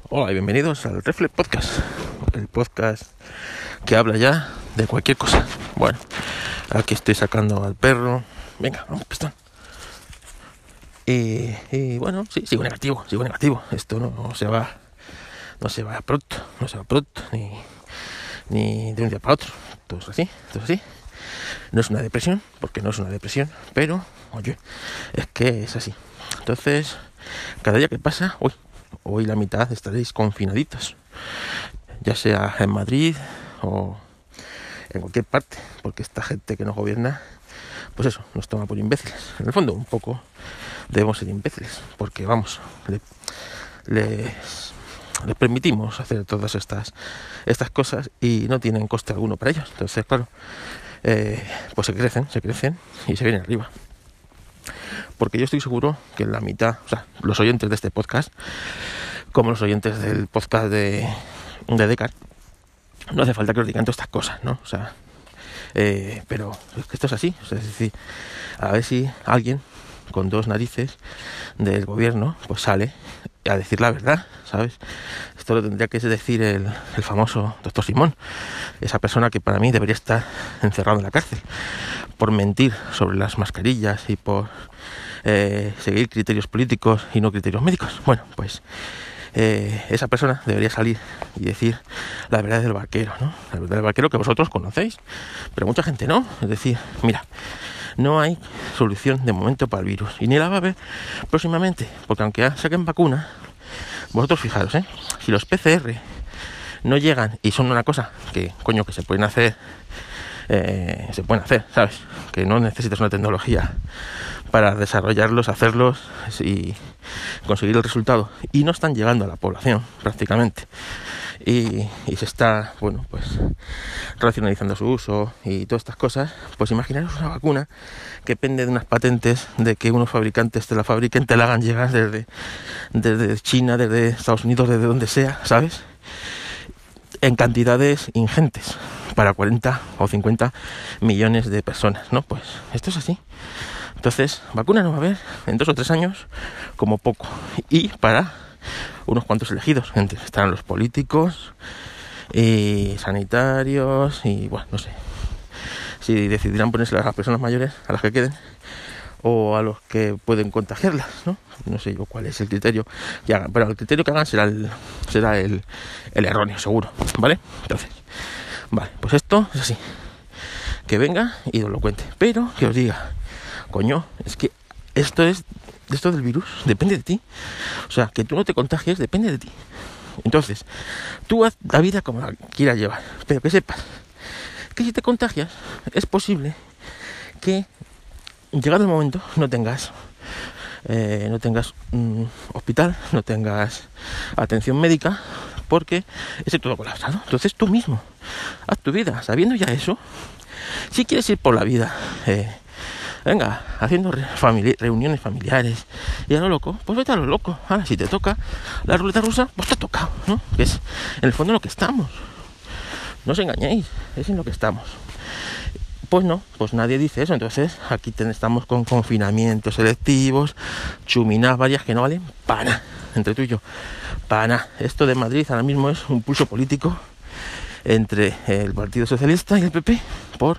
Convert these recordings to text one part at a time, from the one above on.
Hola y bienvenidos al Reflex Podcast, el podcast que habla ya de cualquier cosa. Bueno, aquí estoy sacando al perro. Venga, vamos, pistón. Y bueno, sí, sigo negativo. Esto no se va pronto, ni de un día para otro. Todo es así. No es una depresión, porque no es una depresión, pero, oye, es que es así. Entonces, cada día que pasa, hoy la mitad estaréis confinaditos, ya sea en Madrid o en cualquier parte, porque esta gente que nos gobierna, pues eso, nos toma por imbéciles. En el fondo, un poco debemos ser imbéciles, porque vamos, les permitimos hacer todas estas cosas y no tienen coste alguno para ellos. Entonces, claro, pues se crecen y se vienen arriba. Porque yo estoy seguro que la mitad, o sea, los oyentes de este podcast, como los oyentes del podcast de Descartes, no hace falta que os digan todas estas cosas, ¿no? O sea, pero es que esto es así. O sea, es decir, a ver si alguien con dos narices del gobierno pues sale a decir la verdad, ¿sabes? Esto lo tendría que decir el famoso doctor Simón, esa persona que para mí debería estar encerrado en la cárcel por mentir sobre las mascarillas y por seguir criterios políticos y no criterios médicos. Bueno, pues esa persona debería salir y decir la verdad del barquero, ¿no? La verdad del barquero que vosotros conocéis, pero mucha gente no. Es decir, mira, no hay solución de momento para el virus y ni la va a haber próximamente, porque aunque saquen vacuna, vosotros fijaros, si los PCR no llegan y son una cosa que se pueden hacer, ¿sabes? Que no necesitas una tecnología para desarrollarlos, hacerlos y conseguir el resultado, y no están llegando a la población prácticamente, y se está, bueno, pues racionalizando su uso y todas estas cosas. Pues imaginaros una vacuna que depende de unas patentes de que unos fabricantes te la fabriquen, te la hagan llegar desde China, desde Estados Unidos, desde donde sea, ¿sabes? En cantidades ingentes para 40 o 50 millones de personas, ¿no? Pues esto es así. Entonces, vacuna no va a haber en 2 o 3 años como poco, y para unos cuantos elegidos. Entre están los políticos y sanitarios y, bueno, no sé si decidirán ponerse a las personas mayores, a las que queden, o a los que pueden contagiarlas, ¿no? No sé yo cuál es el criterio que hagan, pero el criterio que hagan será el erróneo, seguro, ¿vale? Entonces, vale, pues esto es así. Que venga y os lo cuente, pero que os diga, coño, es que esto del virus depende de ti. O sea, que tú no te contagies depende de ti. Entonces, tú haz la vida como la quieras llevar, pero que sepas que si te contagias, es posible que, llegado el momento, no tengas hospital, no tengas atención médica, porque ese todo colapsado. Entonces tú mismo haz tu vida sabiendo ya eso. Si quieres ir por la vida venga, haciendo reuniones familiares y a lo loco, pues vete a lo loco. Ahora, si te toca la ruleta rusa, pues te ha tocado, ¿no? Que es en el fondo en lo que estamos. No os engañéis, es en lo que estamos. Pues no, pues nadie dice eso. Entonces aquí estamos con confinamientos selectivos, chuminas varias que no valen para nada, entre tú y yo, para nada. Esto de Madrid ahora mismo es un pulso político entre el Partido Socialista y el PP por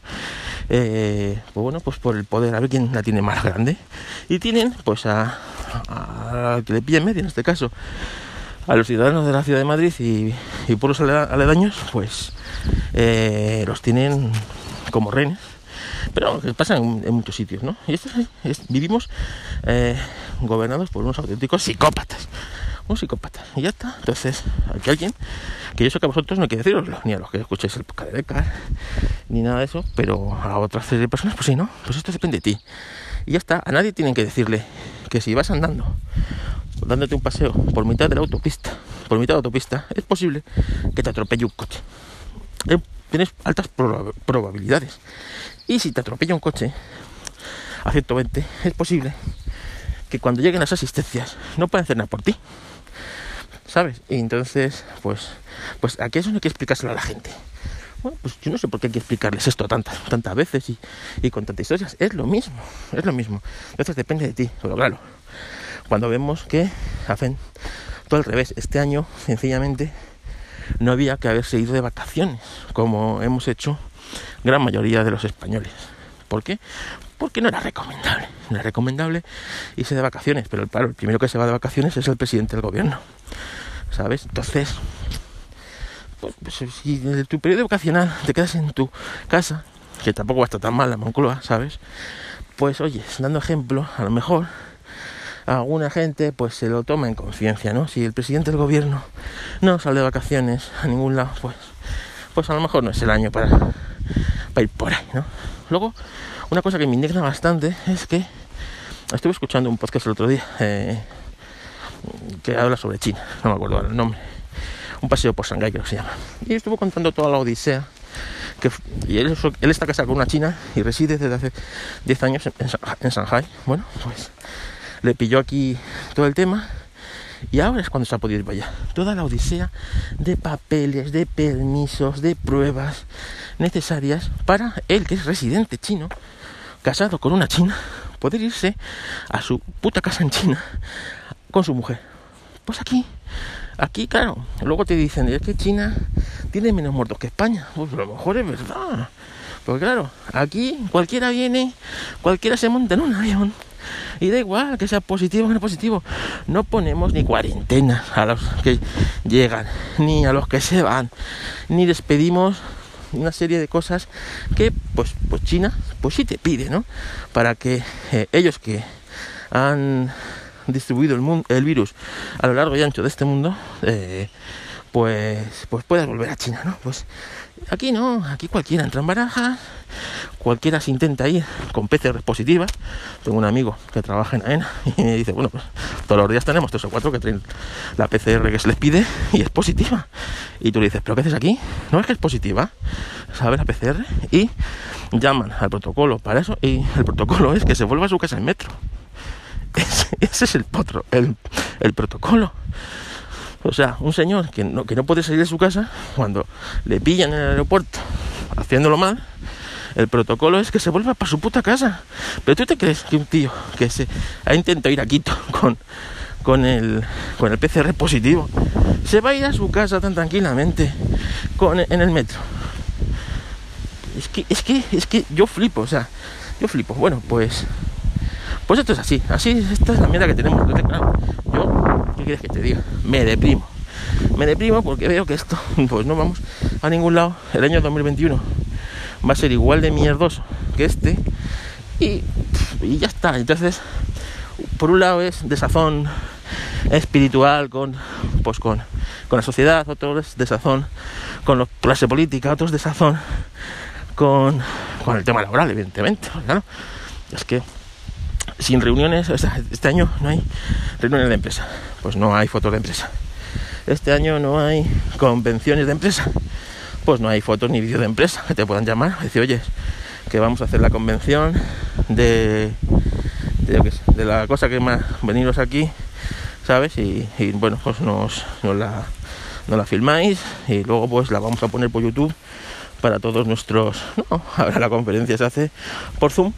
el poder, a ver quién la tiene más grande, y tienen pues a que le pille en medio, en este caso a los ciudadanos de la ciudad de Madrid y pueblos aledaños, pues los tienen como rehenes, pero que pasa en muchos sitios, ¿no? Y esto vivimos gobernados por unos auténticos psicópatas, y ya está. Entonces, aquí alguien, que yo sé que a vosotros no hay que deciroslo, ni a los que escucháis el podcast de Descartes, ni nada de eso, pero a otras serie de personas, pues sí, ¿no? Pues esto depende de ti. Y ya está, a nadie tienen que decirle que si vas andando, dándote un paseo por mitad de la autopista, es posible que te atropelle un coche. Tienes altas probabilidades. Y si te atropella un coche a 120, es posible que cuando lleguen las asistencias no puedan hacer nada por ti, ¿sabes? Y entonces, pues aquí eso no hay que explicárselo a la gente. Bueno, pues yo no sé por qué hay que explicarles esto tantas veces y con tantas historias. Es lo mismo. Entonces depende de ti. Pero claro, cuando vemos que hacen todo al revés. Este año, sencillamente, no había que haberse ido de vacaciones, como hemos hecho gran mayoría de los españoles. ¿Por qué? Porque no era recomendable. No era recomendable irse de vacaciones, pero claro, el primero que se va de vacaciones es el presidente del gobierno, ¿sabes? Entonces, pues si en tu periodo vacacional te quedas en tu casa, que tampoco va a estar tan mal la Moncloa, ¿sabes? Pues oye, dando ejemplo, a lo mejor alguna gente pues se lo toma en conciencia, ¿no? Si el presidente del gobierno no sale de vacaciones a ningún lado, pues a lo mejor no es el año para ir por ahí, ¿no? Luego, una cosa que me indigna bastante es que estuve escuchando un podcast el otro día que habla sobre China, no me acuerdo el nombre, un paseo por Shanghái creo que se llama, y estuvo contando toda la odisea y él está casado con una china y reside desde hace 10 años en Shanghái. Bueno, pues le pilló aquí todo el tema y ahora es cuando se ha podido ir para allá. Toda la odisea de papeles, de permisos, de pruebas necesarias para él, que es residente chino, casado con una china, poder irse a su puta casa en China con su mujer. Pues aquí, claro, luego te dicen, es que China tiene menos muertos que España. Pues a lo mejor es verdad. Porque claro, aquí cualquiera viene, cualquiera se monta en un avión y da igual que sea positivo o no positivo. No ponemos ni cuarentena a los que llegan, ni a los que se van, ni despedimos una serie de cosas que pues China pues sí te pide, ¿no? Para que ellos que han distribuido el virus a lo largo y ancho de este mundo, pues puedas volver a China, ¿no? Pues aquí no, aquí cualquiera entra en barajas, cualquiera se intenta ir con PCR positivas. Tengo un amigo que trabaja en AENA y me dice, bueno, pues todos los días tenemos 3 o 4 que traen la PCR que se les pide y es positiva. Y tú le dices, ¿pero qué haces aquí? No, es que es positiva, ¿sabes? La PCR. Y llaman al protocolo para eso y el protocolo es que se vuelva a su casa en metro. Ese es el protocolo. O sea, un señor que no puede salir de su casa, cuando le pillan en el aeropuerto haciéndolo mal, el protocolo es que se vuelva para su puta casa. Pero tú te crees que un tío que se ha intentado ir a Quito con el PCR positivo se va a ir a su casa tan tranquilamente en el metro? Es que yo flipo, o sea, yo flipo. Bueno, pues esto es así, esta es la mierda que tenemos. Entonces, claro, yo, ¿qué quieres que te diga? Me deprimo porque veo que esto, pues no vamos a ningún lado. El año 2021 va a ser igual de mierdoso que este y ya está. Entonces, por un lado es desazón espiritual con la sociedad, otro es desazón con la clase política, otro es desazón con el tema laboral, evidentemente. Claro, es que sin reuniones, o sea, este año no hay reuniones de empresa, pues no hay fotos de empresa. Este año no hay convenciones de empresa, pues no hay fotos ni vídeos de empresa que te puedan llamar y decir, oye, que vamos a hacer la convención de la cosa que más veniros aquí, ¿sabes? Y bueno, pues nos la filmáis y luego pues la vamos a poner por YouTube para todos nuestros... No, ahora la conferencia se hace por Zoom.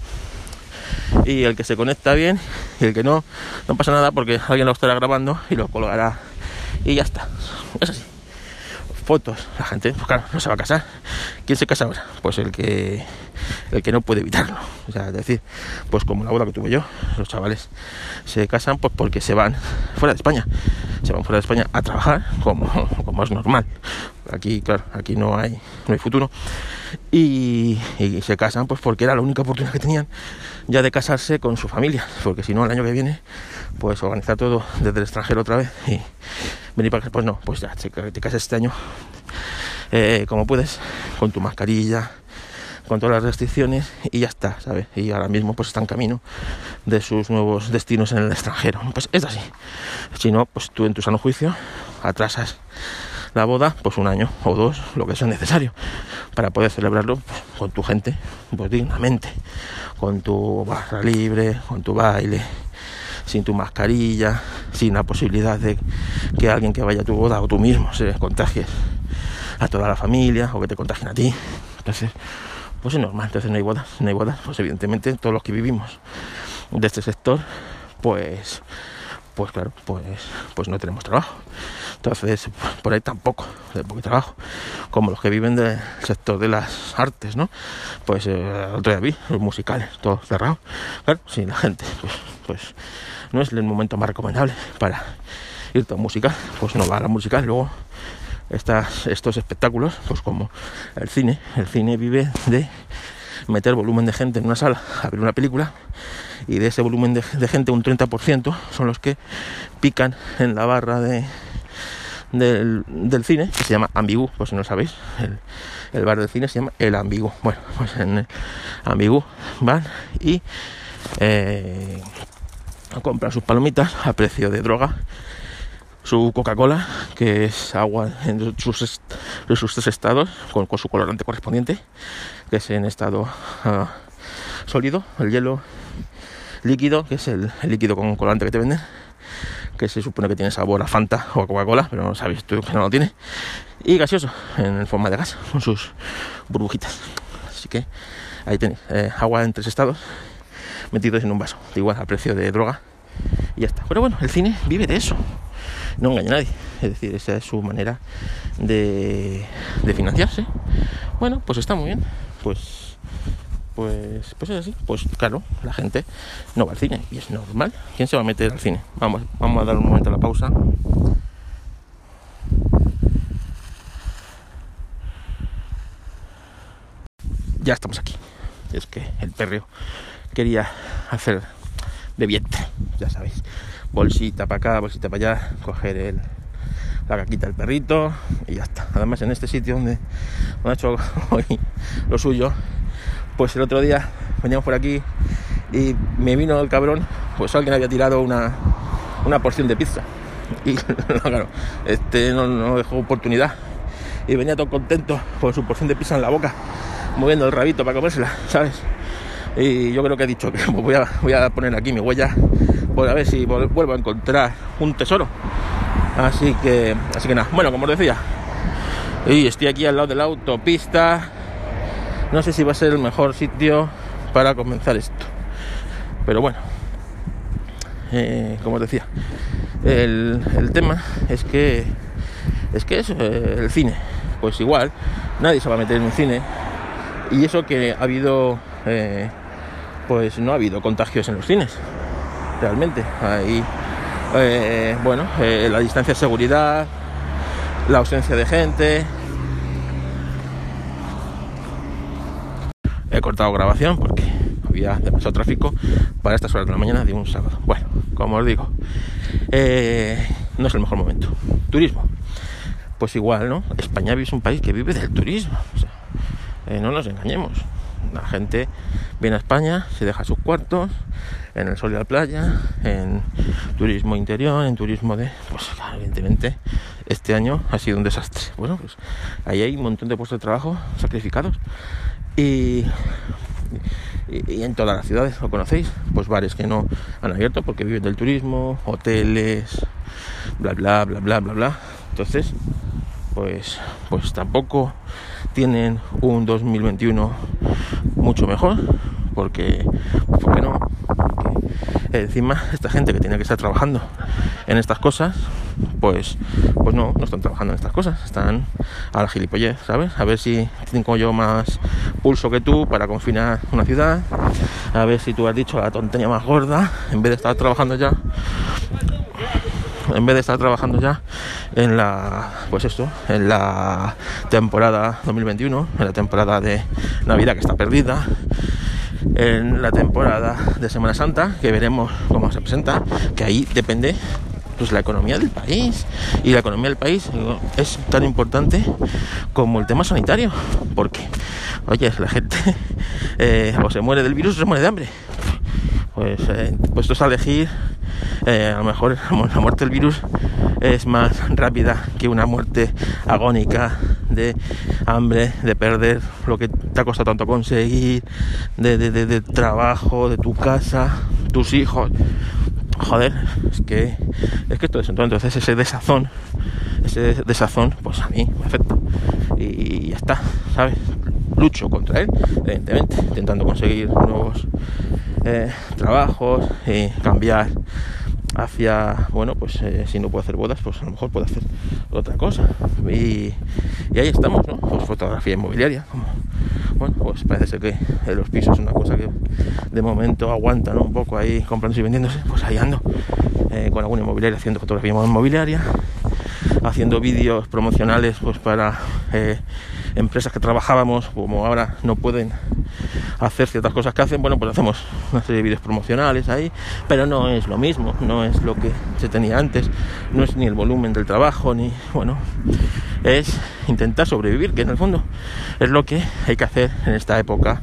Y el que se conecta bien y el que no pasa nada porque alguien lo estará grabando y lo colgará y ya está. Es así. Fotos, la gente, pues claro, no se va a casar. ¿Quién se casa ahora? Pues el que no puede evitarlo. O sea, es decir, pues como la boda que tuve yo, los chavales se casan pues porque se van fuera de España. Se van fuera de España a trabajar como es normal. Aquí, claro, aquí no hay futuro. Y se casan pues porque era la única oportunidad que tenían ya de casarse con su familia, porque si no el año que viene pues organizar todo desde el extranjero otra vez y venir para acá, pues no, pues ya te casas este año como puedes, con tu mascarilla, con todas las restricciones y ya está, ¿sabes? Y ahora mismo pues está en camino de sus nuevos destinos en el extranjero. Pues es así. Si no, pues tú en tu sano juicio atrasas la boda pues 1 año o 2, lo que sea necesario, para poder celebrarlo pues, con tu gente, pues dignamente, con tu barra libre, con tu baile, sin tu mascarilla, sin la posibilidad de que alguien que vaya a tu boda o tú mismo se contagies a toda la familia o que te contagien a ti. Entonces, pues es normal. Entonces no hay bodas, pues evidentemente todos los que vivimos de este sector, pues pues claro, pues no tenemos trabajo. Entonces, por ahí tampoco, de poco trabajo, como los que viven del sector de las artes, ¿no? Pues otro día vi los musicales, todo cerrado. Claro, sí, la gente, pues no es el momento más recomendable para irte a un musical, pues no va a la musical. Luego estos espectáculos, pues como el cine vive de meter volumen de gente en una sala, abrir una película, y de ese volumen de gente un 30% son los que pican en la barra del cine, que se llama Ambigu, pues si no lo sabéis, el bar del cine se llama El Ambigu. Bueno, pues en el Ambigu van y compran sus palomitas a precio de droga, su Coca-Cola, que es agua en sus 3 estados, con su colorante correspondiente, que es en estado sólido, el hielo líquido, que es el líquido con colorante que te venden, que se supone que tiene sabor a Fanta o a Coca-Cola, pero no sabes tú que no lo tiene, y gaseoso en forma de gas, con sus burbujitas. Así que ahí tenéis, agua en 3 estados metidos en un vaso, igual a precio de droga, y ya está. Pero bueno, el cine vive de eso, no engaña a nadie, es decir, esa es su manera de financiarse. Bueno, pues está muy bien, pues es así. Pues claro, la gente no va al cine y es normal. ¿Quién se va a meter al cine? Vamos a dar un momento a la pausa. Ya estamos aquí. Es que el perreo quería hacer de vientre, ya sabéis, bolsita para acá, bolsita para allá, coger la caquita del perrito y ya está. Además, en este sitio donde ha hecho hoy lo suyo, pues el otro día veníamos por aquí y me vino el cabrón, pues alguien había tirado una porción de pizza y claro, no dejó oportunidad y venía todo contento con su porción de pizza en la boca, moviendo el rabito para comérsela, ¿sabes? Y yo creo que he dicho que voy a poner aquí mi huella por a ver si vuelvo a encontrar un tesoro. Así que nada, bueno, como os decía, y estoy aquí al lado de la autopista. No sé si va a ser el mejor sitio para comenzar esto, pero bueno, como os decía, el tema es que el cine, pues igual nadie se va a meter en un cine, y eso que ha habido pues no ha habido contagios en los cines realmente. Ahí la distancia de seguridad, la ausencia de gente. He cortado grabación porque había demasiado tráfico para estas horas de la mañana de un sábado. Bueno, como os digo, no es el mejor momento. Turismo, pues igual, ¿no? España es un país que vive del turismo, o sea, no nos engañemos. La gente viene a España, se deja sus cuartos en el sol y la playa, en turismo interior, en turismo pues claro, evidentemente este año ha sido un desastre. Bueno, pues ahí hay un montón de puestos de trabajo sacrificados y en todas las ciudades, lo conocéis, pues bares que no han abierto porque viven del turismo, hoteles, bla bla bla bla bla bla. Entonces pues tampoco tienen un 2021 mucho mejor, porque no, porque encima esta gente que tiene que estar trabajando en estas cosas, pues no están trabajando en estas cosas, están a la gilipollez, ¿sabes? A ver si tengo yo más pulso que tú para confinar una ciudad, a ver si tú has dicho la tontería más gorda, en vez de estar trabajando ya en la temporada 2021, en la temporada de Navidad que está perdida, en la temporada de Semana Santa, que veremos cómo se presenta, que ahí depende pues la economía del país, y la economía del país es tan importante como el tema sanitario, porque oye, la gente o se muere del virus o se muere de hambre. Pues puestos a elegir, a lo mejor la muerte del virus es más rápida que una muerte agónica de hambre, de perder lo que te ha costado tanto conseguir, de trabajo, de tu casa, tus hijos. Joder, es que todo eso. Entonces ese desazón, pues a mí me afecta y ya está, ¿sabes? Lucho contra él, evidentemente, intentando conseguir nuevos trabajos y cambiar hacia, bueno, pues si no puedo hacer bodas, pues a lo mejor puedo hacer otra cosa. Y ahí estamos, ¿no? Pues fotografía inmobiliaria, como, bueno, pues parece ser que los pisos es una cosa que de momento aguanta, ¿no? Un poco ahí comprándose y vendiéndose, pues ahí ando con alguna inmobiliaria haciendo fotografía inmobiliaria, haciendo vídeos promocionales pues para empresas que trabajábamos, como ahora no pueden hacer ciertas cosas que hacen, bueno, pues hacemos una serie de vídeos promocionales ahí, pero no es lo mismo, no es lo que se tenía antes, no es ni el volumen del trabajo, ni, bueno, es intentar sobrevivir, que en el fondo es lo que hay que hacer en esta época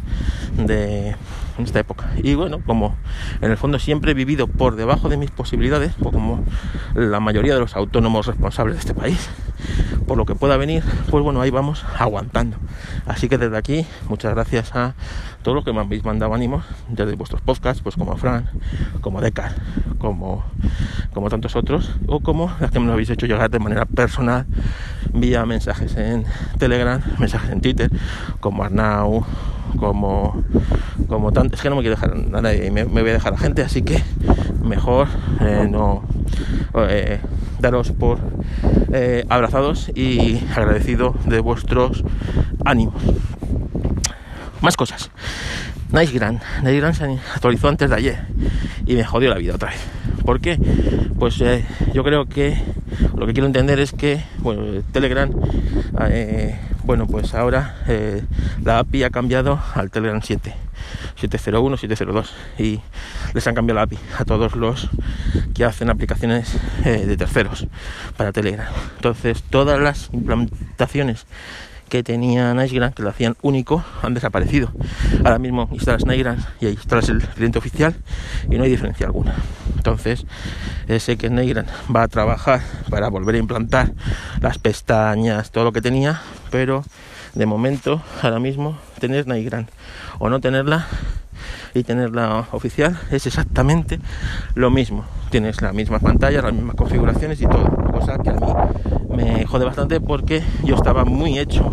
y bueno, como en el fondo siempre he vivido por debajo de mis posibilidades, pues como la mayoría de los autónomos responsables de este país, por lo que pueda venir, pues bueno, ahí vamos aguantando. Así que desde aquí, muchas gracias a todos los que me habéis mandado ánimos desde vuestros podcasts, pues como Fran, como Decar, como tantos otros, o como las que me lo habéis hecho llegar de manera personal vía mensajes en Telegram, mensajes en Twitter, como Arnau, como tanto. Es que no me quiero dejar a nadie y me voy a dejar a gente, así que mejor no daros por abrazados y agradecido de vuestros ánimos. Más cosas. NiceGram se actualizó antes de ayer y me jodió la vida otra vez. ¿Por qué? Pues yo creo que lo que quiero entender es que, bueno, Telegram, bueno, pues ahora la API ha cambiado al Telegram 7.01, 7.02 y les han cambiado la API a todos los que hacen aplicaciones de terceros para Telegram. Entonces todas las implementaciones que tenía NiceGram, que lo hacían único, han desaparecido. Ahora mismo instalas NiceGram y ahí instalas el cliente oficial y no hay diferencia alguna. Entonces sé que NiceGram va a trabajar para volver a implantar las pestañas, todo lo que tenía, pero de momento, ahora mismo, tener NiceGram o no tenerla y tenerla oficial es exactamente lo mismo. Tienes las mismas pantallas, las mismas configuraciones y todo, cosa que a mí me jode bastante porque yo estaba muy hecho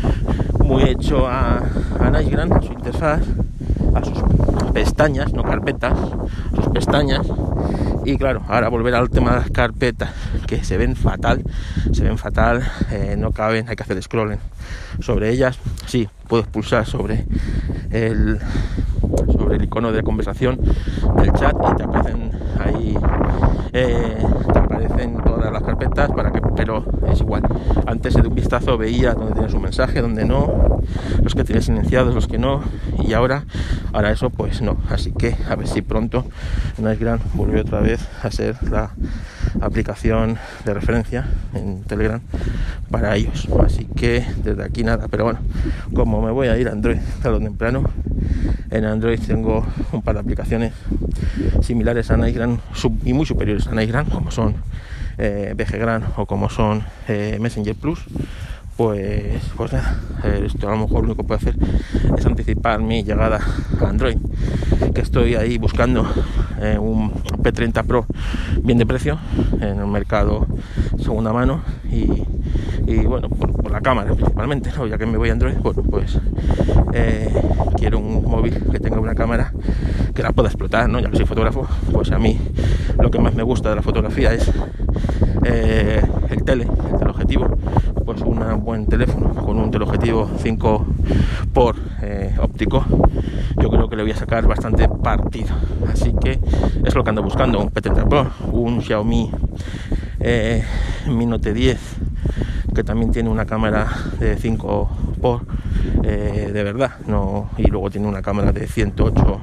a NiceGram, a su interfaz, a sus pestañas, no carpetas, sus pestañas. Y claro, ahora volver al tema de las carpetas, que se ven fatal, no caben, hay que hacer scrolling sobre ellas. Sí, puedes pulsar sobre el icono de conversación del chat y te aparecen ahí, te aparecen todas las carpetas pero es igual. Antes de un vistazo veía dónde tienes un mensaje, dónde no, los que tienes silenciados, los que no, y ahora eso pues no. Así que a ver si pronto NiceGram vuelve otra vez a ser la aplicación de referencia en Telegram para ellos. Así que desde aquí nada, pero bueno, como me voy a ir a Android tarde o temprano, en Android tengo un par de aplicaciones similares a NiceGram y muy superiores a NiceGram, como son BGgram o como son Messenger Plus. Pues nada, esto a lo mejor lo único que puedo hacer es anticipar mi llegada a Android, que estoy ahí buscando un P30 Pro bien de precio en el mercado segunda mano y bueno, por la cámara principalmente, ¿no? Ya que me voy a Android, bueno, pues quiero un móvil que tenga una cámara que la pueda explotar, ¿no? Ya que soy fotógrafo, pues a mí lo que más me gusta de la fotografía es el teleobjetivo. Pues un buen teléfono con un teleobjetivo 5 por óptico, yo creo que le voy a sacar bastante partido. Así que es lo que ando buscando, un P30 Pro, un Xiaomi Mi Note 10, que también tiene una cámara de 5 por de verdad, no, y luego tiene una cámara de 108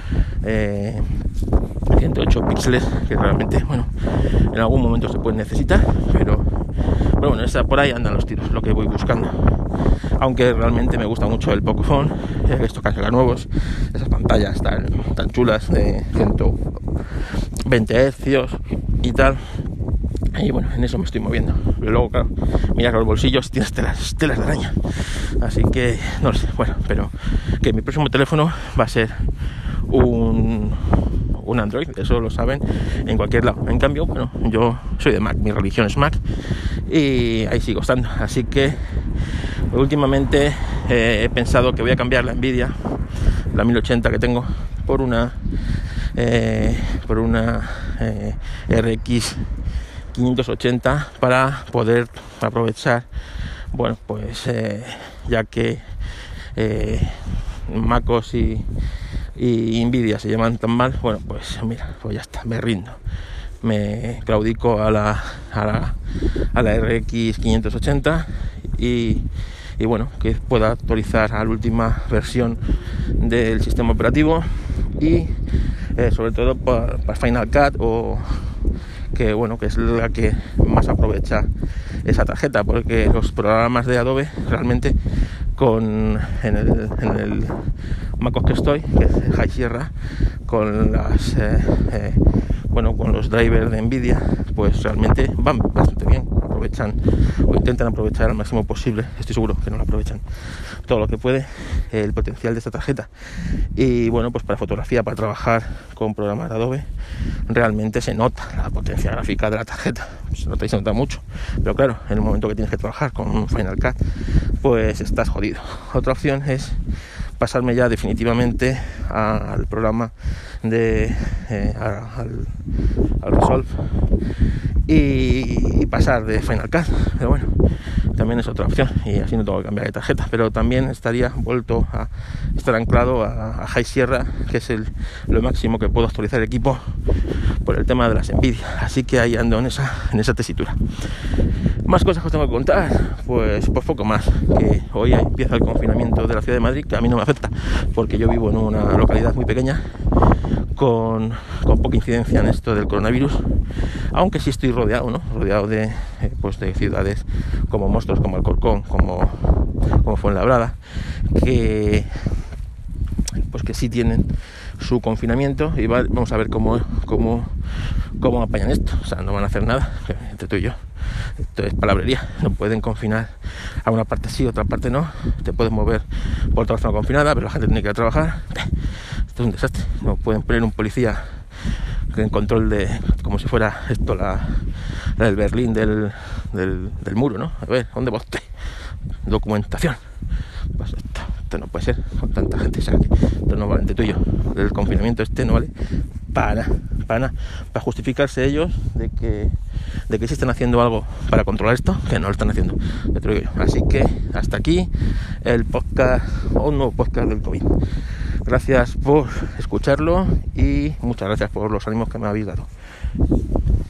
píxeles, que realmente, bueno, en algún momento se puede necesitar, pero bueno, por ahí andan los tiros, lo que voy buscando. Aunque realmente me gusta mucho el Pocophone, estos que han sacado nuevos, esas pantallas tan chulas de 120 Hz y tal. Y bueno, en eso me estoy moviendo. Pero luego, claro, miras los bolsillos, tienes telas de araña. Así que, no lo sé, bueno, pero que mi próximo teléfono va a ser un Android, eso lo saben en cualquier lado. En cambio, bueno, yo soy de Mac, mi religión es Mac y ahí sigo estando. Así que últimamente he pensado que voy a cambiar la Nvidia, la 1080 que tengo, por una RX 580 para poder aprovechar, bueno, pues ya que MacOS y Nvidia se llaman tan mal, bueno, pues mira, pues ya está, me rindo, me claudico a la RX 580 y bueno, que pueda actualizar a la última versión del sistema operativo y sobre todo para Final Cut, o que bueno, que es la que más aprovecha esa tarjeta, porque los programas de Adobe realmente en el MacOS que estoy, que es High Sierra, con las con los drivers de Nvidia, pues realmente van bastante bien, aprovechan o intentan aprovechar al máximo posible, estoy seguro que no lo aprovechan todo lo que puede, el potencial de esta tarjeta. Y bueno, pues para fotografía, para trabajar con programas de Adobe, realmente se nota la potencia gráfica de la tarjeta, se nota y se nota mucho, pero claro, en el momento que tienes que trabajar con Final Cut, pues estás jodido. Otra opción es pasarme ya definitivamente al programa de al Resolve y pasar de Final Cut, pero bueno, también es otra opción y así no tengo que cambiar de tarjeta, pero también estaría vuelto a estar anclado a High Sierra, que es lo máximo que puedo actualizar el equipo por el tema de las Nvidia, así que ahí ando en esa tesitura. Más cosas que os tengo que contar, pues poco más, que hoy empieza el confinamiento de la ciudad de Madrid, que a mí no me afecta porque yo vivo en una localidad muy pequeña con poca incidencia en esto del coronavirus, aunque sí estoy rodeado de ciudades como monstruos, como Alcorcón, como Fuenlabrada, que sí tienen su confinamiento y vamos a ver cómo apañan esto. O sea, no van a hacer nada, entre tú y yo. Esto es palabrería, no pueden confinar a una parte sí, otra parte no. Te puedes mover por toda la zona confinada, pero la gente tiene que ir a trabajar. Esto es un desastre. No pueden poner un policía en control de, como si fuera esto la del Berlín del muro, ¿no? A ver, ¿dónde va usted? Documentación. Pues esto no puede ser con tanta gente, o sea, que esto no vale, entre tú y yo. El confinamiento no vale para justificarse ellos de que sí están haciendo algo para controlar esto, que no lo están haciendo, ya te lo digo yo. Así que hasta aquí el podcast, o un nuevo podcast del COVID. Gracias por escucharlo y muchas gracias por los ánimos que me habéis dado.